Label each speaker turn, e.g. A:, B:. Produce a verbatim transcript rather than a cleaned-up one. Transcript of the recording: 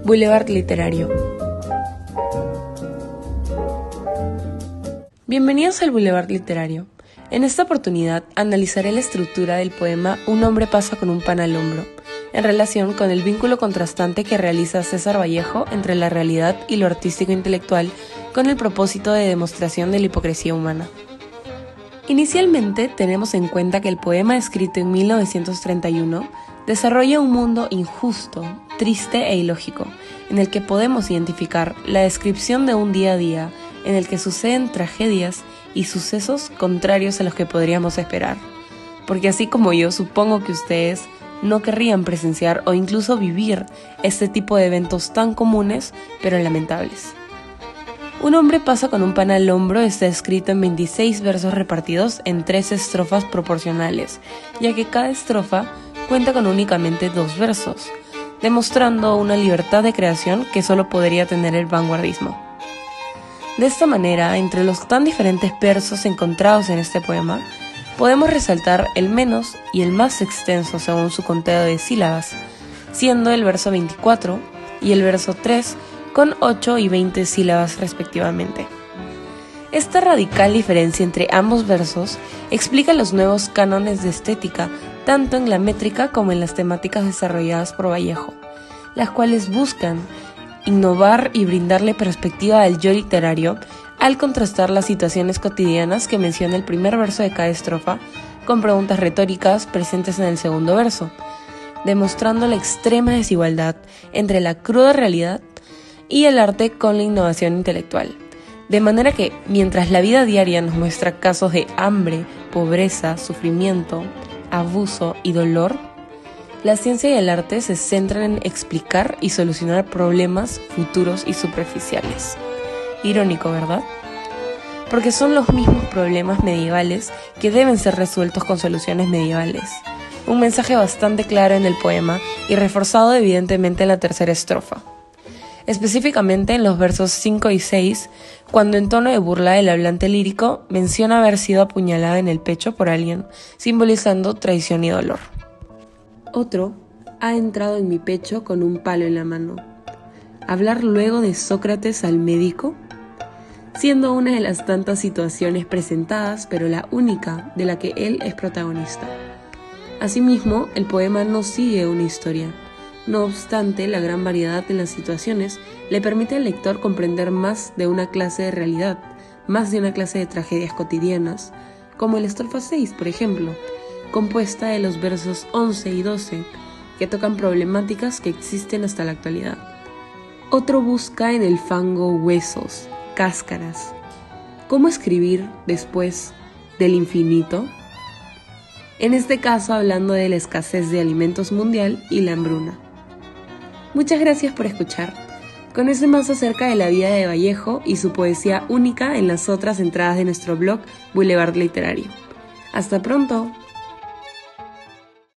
A: Boulevard Literario. Bienvenidos al Boulevard Literario. En esta oportunidad analizaré la estructura del poema Un hombre pasa con un pan al hombro, en relación con el vínculo contrastante que realiza César Vallejo entre la realidad y lo artístico intelectual con el propósito de demostración de la hipocresía humana. Inicialmente tenemos en cuenta que el poema escrito en mil novecientos treinta y uno desarrolla un mundo injusto, triste e ilógico, en el que podemos identificar la descripción de un día a día en el que suceden tragedias y sucesos contrarios a los que podríamos esperar. Porque así como yo, supongo que ustedes no querrían presenciar o incluso vivir este tipo de eventos tan comunes, pero lamentables. Un hombre pasa con un pan al hombro está escrito en veintiséis versos repartidos en tres estrofas proporcionales, ya que cada estrofa cuenta con únicamente dos versos, demostrando una libertad de creación que solo podría tener el vanguardismo. De esta manera, entre los tan diferentes versos encontrados en este poema, podemos resaltar el menos y el más extenso según su conteo de sílabas, siendo el verso veinticuatro y el verso tres con ocho y veinte sílabas respectivamente. Esta radical diferencia entre ambos versos explica los nuevos cánones de estética, tanto en la métrica como en las temáticas desarrolladas por Vallejo, las cuales buscan innovar y brindarle perspectiva al yo literario al contrastar las situaciones cotidianas que menciona el primer verso de cada estrofa con preguntas retóricas presentes en el segundo verso, demostrando la extrema desigualdad entre la cruda realidad y el arte con la innovación intelectual. De manera que, mientras la vida diaria nos muestra casos de hambre, pobreza, sufrimiento, abuso y dolor, la ciencia y el arte se centran en explicar y solucionar problemas futuros y superficiales. Irónico, ¿verdad? Porque son los mismos problemas medievales que deben ser resueltos con soluciones medievales. Un mensaje bastante claro en el poema y reforzado evidentemente en la tercera estrofa. Específicamente en los versos cinco y seis, cuando en tono de burla el hablante lírico menciona haber sido apuñalada en el pecho por alguien, simbolizando traición y dolor. Otro ha entrado en mi pecho con un palo en la mano. Hablar luego de Sócrates al médico, siendo una de las tantas situaciones presentadas, pero la única de la que él es protagonista. Asimismo, el poema no sigue una historia. No obstante, la gran variedad en las situaciones le permite al lector comprender más de una clase de realidad, más de una clase de tragedias cotidianas, como la estrofa seis, por ejemplo, compuesta de los versos once y doce, que tocan problemáticas que existen hasta la actualidad. Otro busca en el fango huesos, cáscaras. ¿Cómo escribir después del infinito? En este caso hablando de la escasez de alimentos mundial y la hambruna. Muchas gracias por escuchar. Conoce más acerca de la vida de Vallejo y su poesía única en las otras entradas de nuestro blog Boulevard Literario. ¡Hasta pronto!